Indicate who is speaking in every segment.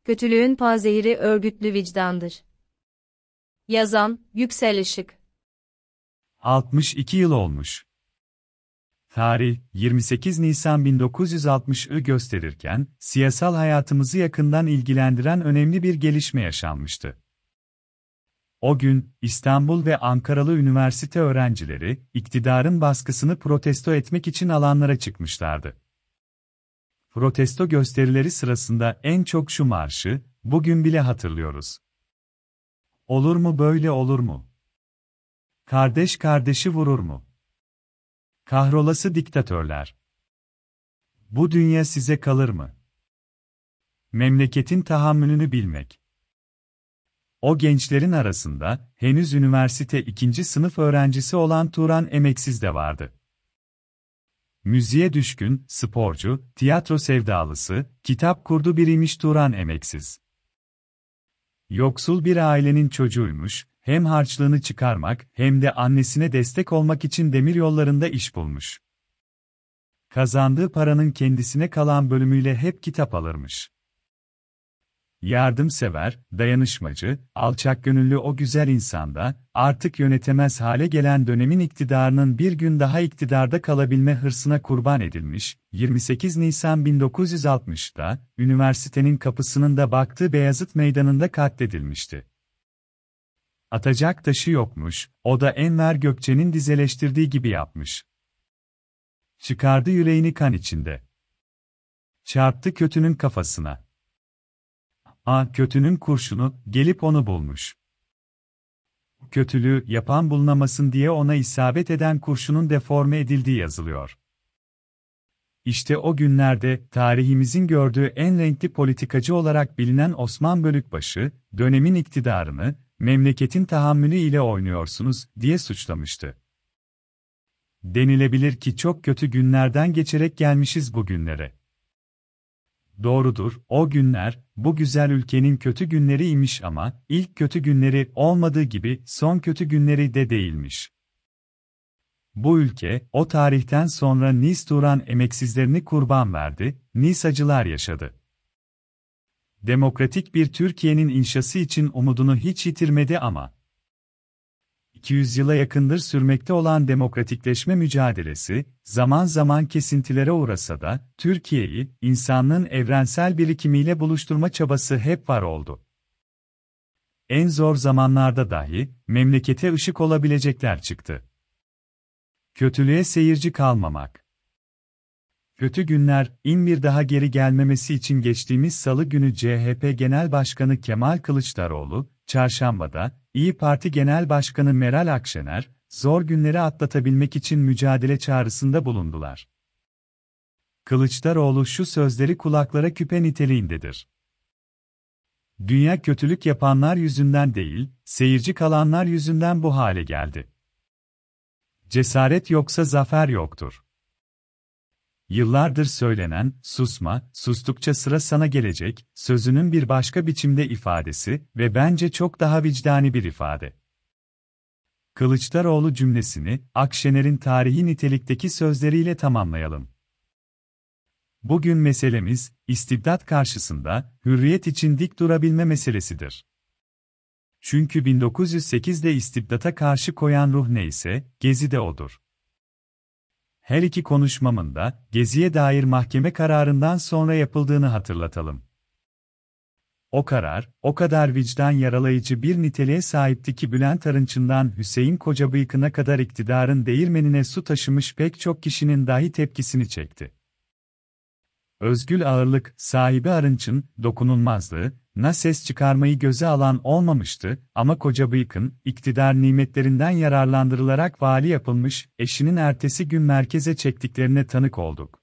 Speaker 1: Kötülüğün panzehiri örgütlü vicdandır. Yazan, Yüksel Işık.
Speaker 2: 62 yıl olmuş. Tarih, 28 Nisan 1960'ı gösterirken, siyasal hayatımızı yakından ilgilendiren önemli bir gelişme yaşanmıştı. O gün, İstanbul ve Ankaralı üniversite öğrencileri, iktidarın baskısını protesto etmek için alanlara çıkmışlardı. Protesto gösterileri sırasında en çok şu marşı, bugün bile hatırlıyoruz. Olur mu böyle olur mu? Kardeş kardeşi vurur mu? Kahrolası diktatörler. Bu dünya size kalır mı? Memleketin tahammülünü bilmek. O gençlerin arasında, henüz üniversite 2. sınıf öğrencisi olan Turan Emeksiz de vardı. Müziğe düşkün, sporcu, tiyatro sevdalısı, kitap kurdu biriymiş Turan Emeksiz. Yoksul bir ailenin çocuğuymuş, hem harçlığını çıkarmak hem de annesine destek olmak için demiryollarında iş bulmuş. Kazandığı paranın kendisine kalan bölümüyle hep kitap alırmış. Yardımsever, dayanışmacı, alçakgönüllü o güzel insanda, artık yönetemez hale gelen dönemin iktidarının bir gün daha iktidarda kalabilme hırsına kurban edilmiş, 28 Nisan 1960'da, üniversitenin kapısının da baktığı Beyazıt Meydanı'nda katledilmişti. Atacak taşı yokmuş, o da Enver Gökçe'nin dizeleştirdiği gibi yapmış. Çıkardı yüreğini kan içinde. Çarptı kötünün kafasına. Kötünün kurşunu, gelip onu bulmuş. Kötülüğü yapan bulunamasın diye ona isabet eden kurşunun deforme edildiği yazılıyor. İşte o günlerde, tarihimizin gördüğü en renkli politikacı olarak bilinen Osman Bölükbaşı, dönemin iktidarını, memleketin tahammülü ile oynuyorsunuz, diye suçlamıştı. Denilebilir ki çok kötü günlerden geçerek gelmişiz bugünlere. Doğrudur, o günler, bu güzel ülkenin kötü günleriymiş ama, ilk kötü günleri olmadığı gibi son kötü günleri de değilmiş. Bu ülke, o tarihten sonra nice Turan emeksizlerini kurban verdi, nice acılar yaşadı. Demokratik bir Türkiye'nin inşası için umudunu hiç yitirmedi ama, 200 yıla yakındır sürmekte olan demokratikleşme mücadelesi, zaman zaman kesintilere uğrasa da, Türkiye'yi, insanlığın evrensel birikimiyle buluşturma çabası hep var oldu. En zor zamanlarda dahi, memlekete ışık olabilecekler çıktı. Kötülüğe seyirci kalmamak. Kötü günler, bir daha geri gelmemesi için geçtiğimiz Salı günü CHP Genel Başkanı Kemal Kılıçdaroğlu, Çarşamba'da, İyi Parti Genel Başkanı Meral Akşener, zor günleri atlatabilmek için mücadele çağrısında bulundular. Kılıçdaroğlu şu sözleri kulaklara küpe niteliğindedir. Dünya kötülük yapanlar yüzünden değil, seyirci kalanlar yüzünden bu hale geldi. Cesaret yoksa zafer yoktur. Yıllardır söylenen, susma, sustukça sıra sana gelecek, sözünün bir başka biçimde ifadesi ve bence çok daha vicdani bir ifade. Kılıçdaroğlu cümlesini, Akşener'in tarihi nitelikteki sözleriyle tamamlayalım. Bugün meselemiz, istibdat karşısında, hürriyet için dik durabilme meselesidir. Çünkü 1908'de istibdata karşı koyan ruh neyse, Gezi de odur. Her iki konuşmamın da, Gezi'ye dair mahkeme kararından sonra yapıldığını hatırlatalım. O karar, o kadar vicdan yaralayıcı bir niteliğe sahipti ki Bülent Arınç'ından Hüseyin Kocabıyık'ına kadar iktidarın değirmenine su taşımış pek çok kişinin dahi tepkisini çekti. Özgül ağırlık, sahibi Arınç'ın, dokunulmazlığına ses çıkarmayı göze alan olmamıştı ama Kocabıyık'ın, iktidar nimetlerinden yararlandırılarak vali yapılmış, eşinin ertesi gün merkeze çektiklerine tanık olduk.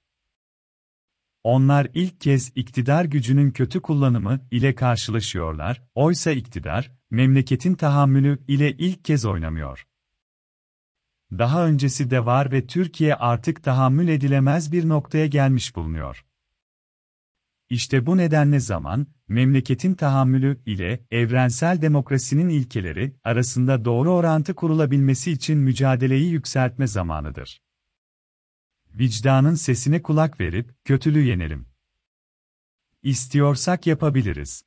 Speaker 2: Onlar ilk kez iktidar gücünün kötü kullanımı ile karşılaşıyorlar, oysa iktidar, memleketin tahammülü ile ilk kez oynamıyor. Daha öncesi de var ve Türkiye artık tahammül edilemez bir noktaya gelmiş bulunuyor. İşte bu nedenle zaman, memleketin tahammülü ile evrensel demokrasinin ilkeleri arasında doğru orantı kurulabilmesi için mücadeleyi yükseltme zamanıdır. Vicdanın sesine kulak verip kötülüğü yenelim. İstiyorsak yapabiliriz.